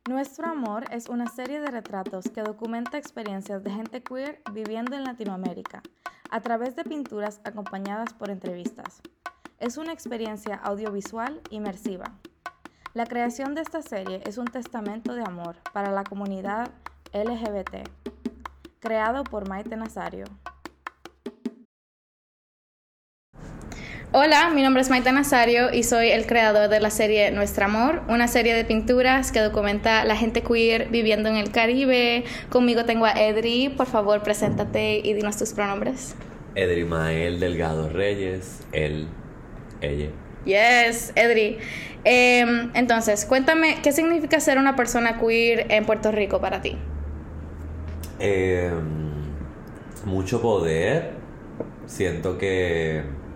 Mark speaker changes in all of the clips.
Speaker 1: Nuestro Amor es una serie de retratos que documenta experiencias de gente queer viviendo en Latinoamérica, a través de pinturas acompañadas por entrevistas. Es una experiencia audiovisual inmersiva. La creación de esta serie es un testamento de amor para la comunidad LGBT, creado por Maite Nazario. Hola, mi nombre es Maite Nazario y soy el creador de la serie Nuestro Amor, una serie de pinturas que documenta la gente queer viviendo en el Caribe. Conmigo tengo a Edri. Por favor, preséntate y dinos tus pronombres.
Speaker 2: Edrimael Delgado Reyes, él, ella.
Speaker 1: Yes, Edri. Entonces, cuéntame, ¿qué significa ser una persona queer en Puerto Rico para ti?
Speaker 2: Mucho poder. Siento que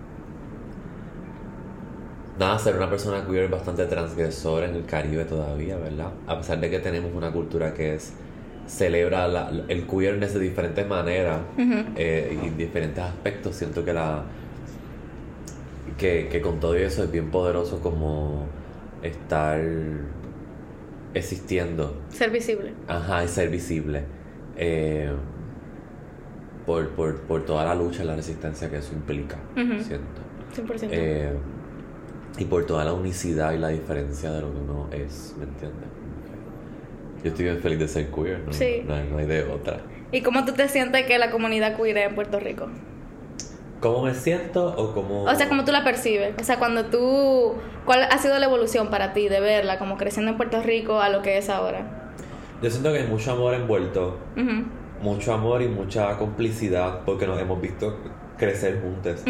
Speaker 2: ser una persona queer es bastante transgresora en el Caribe todavía, ¿verdad? A pesar de que tenemos una cultura que celebra el queerness de diferentes maneras y diferentes aspectos, siento que con todo eso es bien poderoso como estar existiendo.
Speaker 1: Ser visible.
Speaker 2: Ajá, y ser visible. Por toda la lucha y la resistencia que eso implica, siento.
Speaker 1: 100%.
Speaker 2: Y por toda la unicidad y la diferencia de lo que uno es, ¿me entiendes? Yo estoy bien feliz de ser queer, ¿no?
Speaker 1: Sí.
Speaker 2: No hay de otra.
Speaker 1: ¿Y cómo tú te sientes que la comunidad queer es en Puerto Rico?
Speaker 2: ¿Cómo me siento o cómo...?
Speaker 1: O sea, ¿cómo tú la percibes? O sea, ¿cuál ha sido la evolución para ti de verla como creciendo en Puerto Rico a lo que es ahora?
Speaker 2: Yo siento que hay mucho amor envuelto. Mucho amor y mucha complicidad porque nos hemos visto crecer juntos.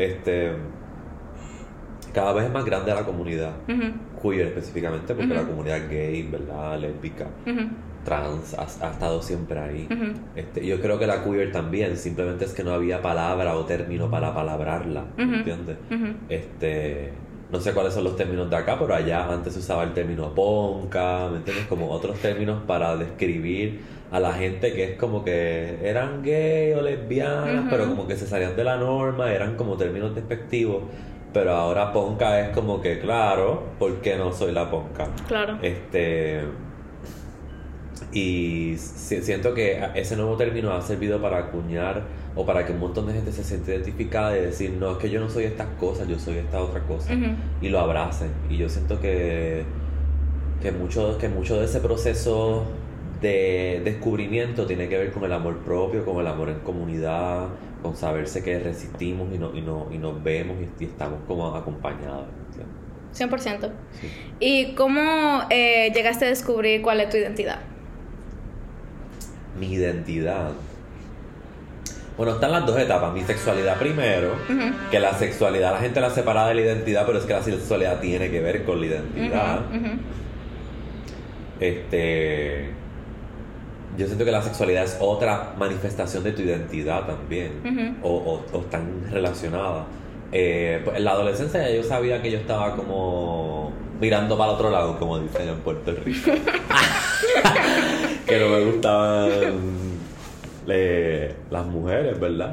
Speaker 2: Cada vez es más grande la comunidad queer específicamente porque la comunidad gay, ¿verdad? Lésbica, trans ha estado siempre ahí. Yo creo que la queer también, simplemente es que no había palabra o término para palabrarla, ¿me entiendes? No sé cuáles son los términos de acá, pero allá antes se usaba el término ponca, ¿me entiendes? Como otros términos para describir a la gente que es como que eran gay o lesbianas, pero como que se salían de la norma, eran como términos despectivos. Pero ahora ponca es como que, claro, ¿por qué no soy la ponca?
Speaker 1: Claro.
Speaker 2: Y siento que ese nuevo término ha servido para acuñar o para que un montón de gente se siente identificada y decir, no, es que yo no soy estas cosas, yo soy esta otra cosa. Y lo abracen. Y yo siento que mucho de ese proceso de descubrimiento tiene que ver con el amor propio, con el amor en comunidad, con saberse que resistimos y nos vemos y estamos como acompañados.
Speaker 1: 100%.
Speaker 2: Sí.
Speaker 1: ¿Y cómo llegaste a descubrir cuál es tu identidad?
Speaker 2: Mi identidad. Bueno, están las dos etapas. Mi sexualidad primero, que la sexualidad la gente la separa de la identidad, pero es que la sexualidad tiene que ver con la identidad. Yo siento que la sexualidad es otra manifestación de tu identidad también, o están relacionadas. Pues en la adolescencia ya yo sabía que yo estaba como mirando para el otro lado, como dicen en Puerto Rico. Que no me gustaban las mujeres, ¿verdad?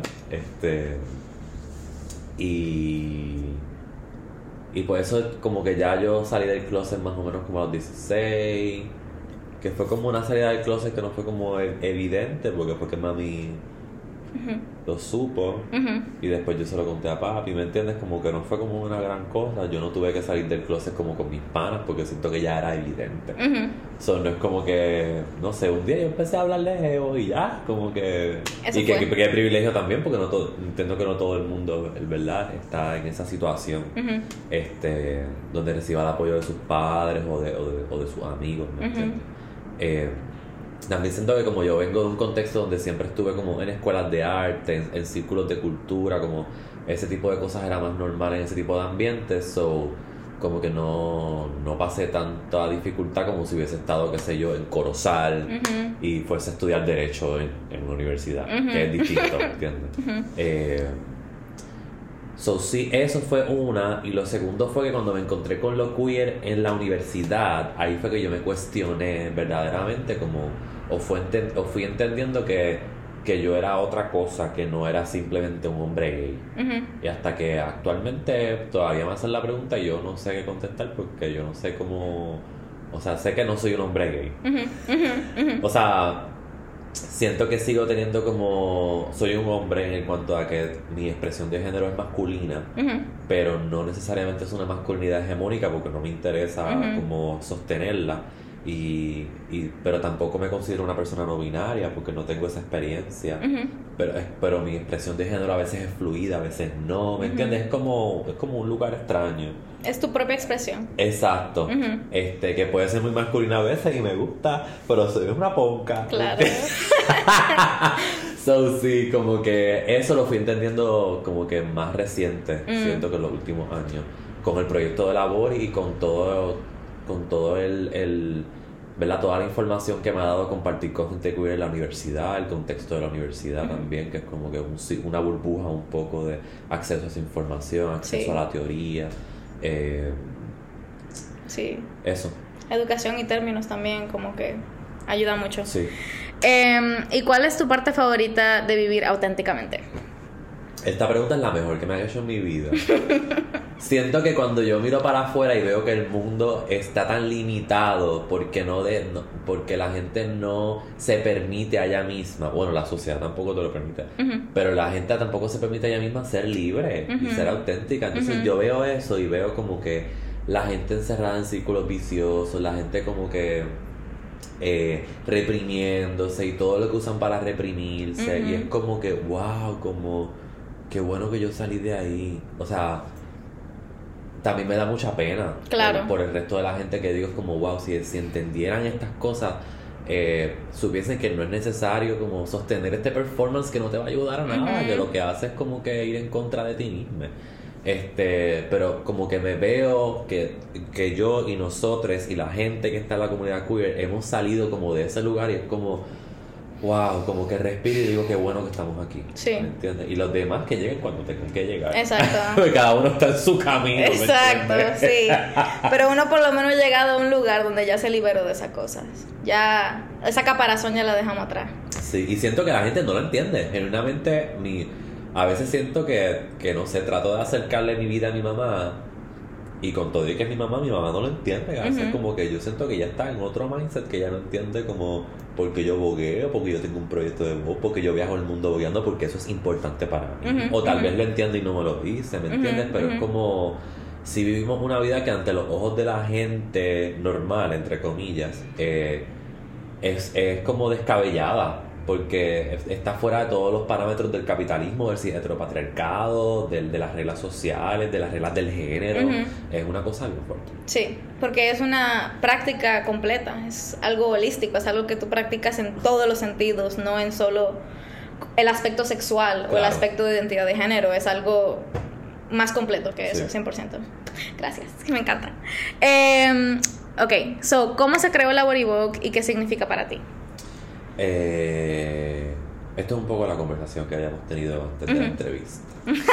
Speaker 2: Y pues eso como que ya yo salí del closet más o menos como a los 16, que fue como una salida del closet que no fue como evidente porque fue que mami lo supo y después yo se lo conté a papi, ¿me entiendes? Como que no fue como una gran cosa. Yo no tuve que salir del closet como con mis panas porque siento que ya era evidente. No es como que, no sé, un día yo empecé a hablar de geo y ya, como que...
Speaker 1: Eso
Speaker 2: y
Speaker 1: fue.
Speaker 2: que privilegio también porque entiendo que no todo el mundo, el verdad, está en esa situación donde reciba el apoyo de sus padres o de sus amigos, ¿me entiendes? También siento que como yo vengo de un contexto donde siempre estuve como en escuelas de arte, en círculos de cultura, como ese tipo de cosas era más normal en ese tipo de ambientes, como que no pasé tanta dificultad como si hubiese estado, qué sé yo, en Corozal y fuese a estudiar Derecho en una universidad, que es distinto, ¿entiendes? Sí, eso fue una. Y lo segundo fue que cuando me encontré con lo queer en la universidad, ahí fue que yo me cuestioné verdaderamente como o fui entendiendo que yo era otra cosa, que no era simplemente un hombre gay. Y hasta que actualmente todavía me hacen la pregunta y yo no sé qué contestar porque yo no sé cómo O sea, sé que no soy un hombre gay. O sea, siento que sigo teniendo como... Soy un hombre en cuanto a que mi expresión de género es masculina, pero no necesariamente es una masculinidad hegemónica porque no me interesa como sostenerla. Pero tampoco me considero una persona no binaria porque no tengo esa experiencia. Pero mi expresión de género a veces es fluida, a veces no, ¿me entiendes? Es como un lugar extraño.
Speaker 1: Es tu propia expresión.
Speaker 2: Exacto. Que puede ser muy masculina a veces y me gusta, pero soy una ponca.
Speaker 1: Claro.
Speaker 2: So, sí, como que eso lo fui entendiendo como que más reciente, siento que en los últimos años, con el proyecto de labor y con todo el ¿verdad? Toda la información que me ha dado compartir con gente queer en la universidad, el contexto de la universidad también, que es como que una burbuja un poco de acceso a esa información, acceso a la teoría.
Speaker 1: Sí.
Speaker 2: Eso.
Speaker 1: Educación y términos también como que ayuda mucho.
Speaker 2: Sí.
Speaker 1: ¿Y cuál es tu parte favorita de vivir auténticamente?
Speaker 2: Esta pregunta es la mejor que me han hecho en mi vida. Siento que cuando yo miro para afuera y veo que el mundo está tan limitado porque porque la gente no se permite a ella misma, bueno, la sociedad tampoco te lo permite, pero la gente tampoco se permite a ella misma ser libre y ser auténtica. Entonces yo veo eso y veo como que la gente encerrada en círculos viciosos, la gente como que reprimiéndose y todo lo que usan para reprimirse, y es como que wow, como qué bueno que yo salí de ahí. O sea, también me da mucha pena por el resto de la gente, que digo, es como wow, si entendieran estas cosas, supiesen que no es necesario como sostener este performance que no te va a ayudar a nada, que lo que hace es como que ir en contra de ti mismo. Pero como que me veo que yo y nosotros y la gente que está en la comunidad queer hemos salido como de ese lugar, y es como wow, como que respiro y digo qué bueno que estamos aquí.
Speaker 1: Sí.
Speaker 2: ¿Me entiendes? Y los demás que lleguen cuando tengan que llegar.
Speaker 1: Exacto.
Speaker 2: Porque cada uno está en su camino.
Speaker 1: Exacto, sí. Pero uno por lo menos ha llegado a un lugar donde ya se liberó de esas cosas. Ya esa caparazón ya la dejamos atrás.
Speaker 2: Sí, y siento que la gente no lo entiende. Genuinamente, a veces siento que no sé, trato de acercarle mi vida a mi mamá, y con todo y que es mi mamá no lo entiende. A veces como que yo siento que ya está en otro mindset, que ya no entiende como porque yo bogueo, porque yo tengo un proyecto de voz, porque yo viajo el mundo bogueando, porque eso es importante para mí. O tal vez lo entiende y no me lo dice, ¿me entiendes? Pero es como si vivimos una vida que ante los ojos de la gente normal, entre comillas, es como descabellada, porque está fuera de todos los parámetros del capitalismo, del heteropatriarcado, de las reglas sociales, de las reglas del género. Es una cosa bien fuerte.
Speaker 1: Sí, porque es una práctica completa, es algo holístico, es algo que tú practicas en todos los sentidos, no en solo el aspecto sexual o el aspecto de identidad de género, es algo más completo que eso, 100%. Gracias, me encanta. Ok, so, ¿cómo se creó Labor Vogue y qué significa para ti?
Speaker 2: Esto es un poco la conversación que habíamos tenido antes de la entrevista.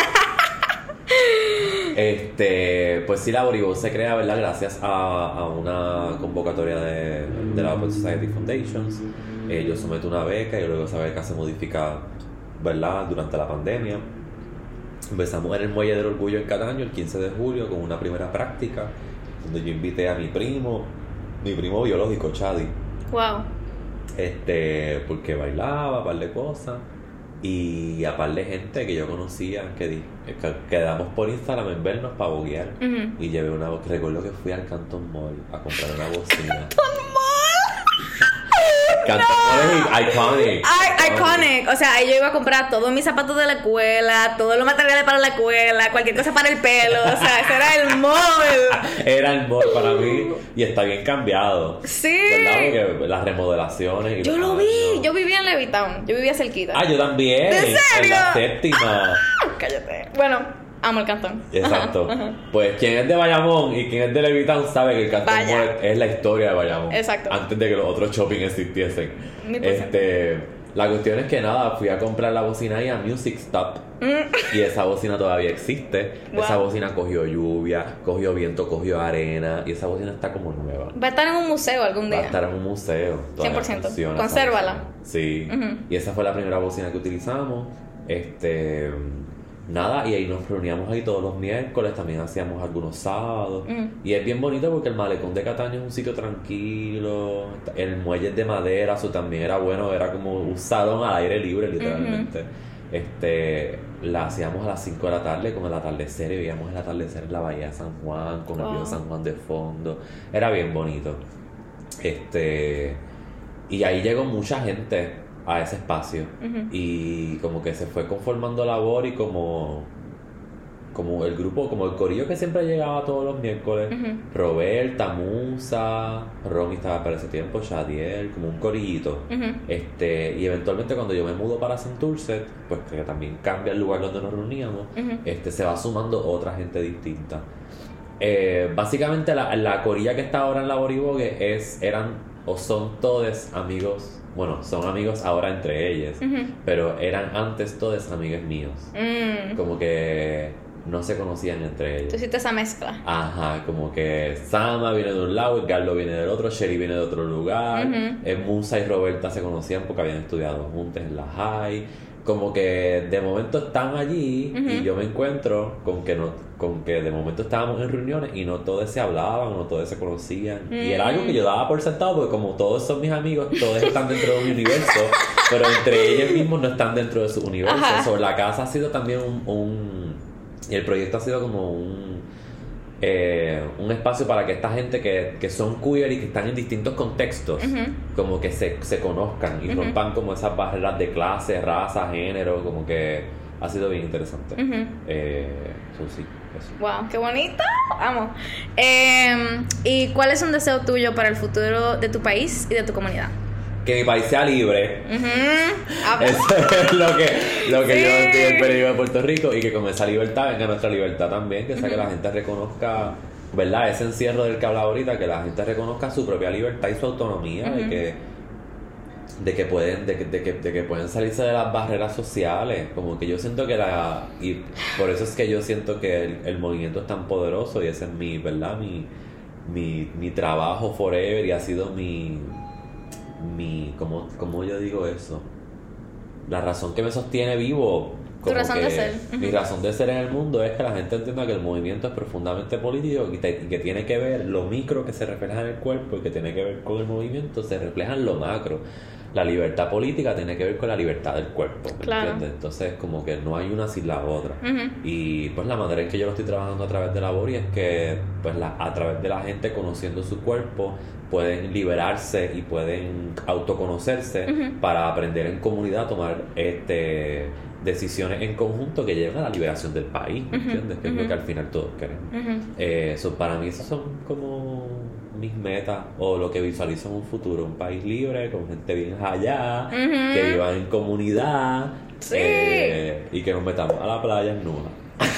Speaker 2: Pues sí, la Labor Vogue se crea, ¿verdad? Gracias a una convocatoria de la Open Society Foundations. Yo someto una beca y luego esa beca se modifica, ¿verdad? Durante la pandemia. Empezamos en el Muelle del Orgullo en Cataño el 15 de julio con una primera práctica donde yo invité a mi primo biológico, Chadi.
Speaker 1: Wow.
Speaker 2: Porque bailaba, un par de cosas, y a par de gente que yo conocía, que quedamos por Instagram en vernos para boguear. Y llevé recuerdo que fui al Canton Mall a comprar una bocina.
Speaker 1: ¡Canton Mall!
Speaker 2: Canton Mall es iconic.
Speaker 1: Iconic. O sea, yo iba a comprar todos mis zapatos de la escuela, todos los materiales para la escuela, cualquier cosa para el pelo. O sea, ese era el mall.
Speaker 2: Era el mall para mí, y está bien cambiado.
Speaker 1: Sí.
Speaker 2: ¿Verdad? Porque las remodelaciones y
Speaker 1: yo lo vi. Yo vivía en Levittown. Yo vivía cerquita.
Speaker 2: Yo también.
Speaker 1: ¿En serio?
Speaker 2: En la séptima.
Speaker 1: Cállate. Bueno, amo el Cantón.
Speaker 2: Exacto. Pues quien es de Bayamón y quien es de Levittown sabe que el Cantón Mall es la historia de Bayamón.
Speaker 1: Exacto.
Speaker 2: Antes de que los otros shopping existiesen. La cuestión es que nada, fui a comprar la bocina ahí a Music Stop. Y esa bocina todavía existe. Wow. Esa bocina cogió lluvia, cogió viento, cogió arena, y esa bocina está como nueva.
Speaker 1: Va a estar en un museo algún día.
Speaker 2: Va a estar en un museo.
Speaker 1: 100%. Consérvala.
Speaker 2: Sí. Y esa fue la primera bocina que utilizamos. nada, y ahí nos reuníamos ahí todos los miércoles, también hacíamos algunos sábados. Y es bien bonito porque el malecón de Cataño es un sitio tranquilo, el muelle es de madera, eso también era bueno, era como un salón al aire libre literalmente. La hacíamos a las 5 de la tarde con el atardecer, y veíamos el atardecer en la bahía de San Juan, con el río de San Juan de fondo. Era bien bonito. Y ahí llegó mucha gente a ese espacio. Y como que se fue conformando labor, y como el grupo, como el corillo que siempre llegaba todos los miércoles. Roberta, Musa, Romy estaba para ese tiempo, Shadiel, como un corillito. Y eventualmente cuando yo me mudo para Santurce, pues que también cambia el lugar donde nos reuníamos, se va sumando otra gente distinta. Básicamente la corilla que está ahora en la Boribogue son todos amigos. Bueno, son amigos ahora entre ellos, pero eran antes todos amigos míos. Como que no se conocían entre ellos.
Speaker 1: Tú hiciste esa mezcla.
Speaker 2: Ajá, como que Sama viene de un lado, Carlos viene del otro, Sherry viene de otro lugar. Musa y Roberta se conocían porque habían estudiado juntos en la high. Como que de momento están allí, y yo me encuentro con que de momento estábamos en reuniones y no todos se hablaban, no todos se conocían. Y era algo que yo daba por sentado, porque como todos son mis amigos, todos están dentro de mi universo, pero entre ellos mismos no están dentro de su universo. Sobre la casa ha sido también y el proyecto ha sido como un espacio para que esta gente que son queer y que están en distintos contextos, como que se conozcan y rompan como esas barreras de clase, raza, género. Como que ha sido bien interesante. Sí, eso.
Speaker 1: Wow, qué bonito. Vamos. ¿Y cuál es un deseo tuyo para el futuro de tu país y de tu comunidad?
Speaker 2: Que mi país sea libre. Eso es lo que yo estoy en peligro de Puerto Rico, y que con esa libertad venga nuestra libertad también, que sea que la gente reconozca, ¿verdad? Ese encierro del que hablaba ahorita, que la gente reconozca su propia libertad y su autonomía, de que pueden salirse de las barreras sociales. Como que yo siento y por eso es que yo siento que el movimiento es tan poderoso, y ese es ¿verdad? Mi trabajo forever, y ha sido ¿cómo yo digo eso? La razón que me sostiene vivo.
Speaker 1: Tu razón de ser.
Speaker 2: Mi razón de ser en el mundo es que la gente entienda que el movimiento es profundamente político, y que tiene que ver lo micro que se refleja en el cuerpo, y que tiene que ver con el movimiento se refleja en lo macro. La libertad política tiene que ver con la libertad del cuerpo, ¿me entiendes? Entonces como que no hay una sin la otra. Y pues la manera en que yo lo estoy trabajando a través de la Bori es que pues a través de la gente conociendo su cuerpo pueden liberarse y pueden autoconocerse para aprender en comunidad a tomar decisiones en conjunto que lleven a la liberación del país, ¿me entiendes? Que es lo que al final todos queremos. Para mí esos son como mis metas, o lo que visualizo en un futuro: un país libre, con gente bien allá, que viva en comunidad, y que nos metamos a la playa en nua.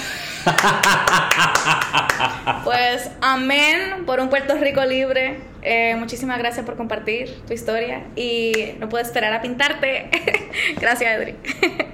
Speaker 1: Pues amén por un Puerto Rico libre. Muchísimas gracias por compartir tu historia, y no puedo esperar a pintarte. Gracias, Edri.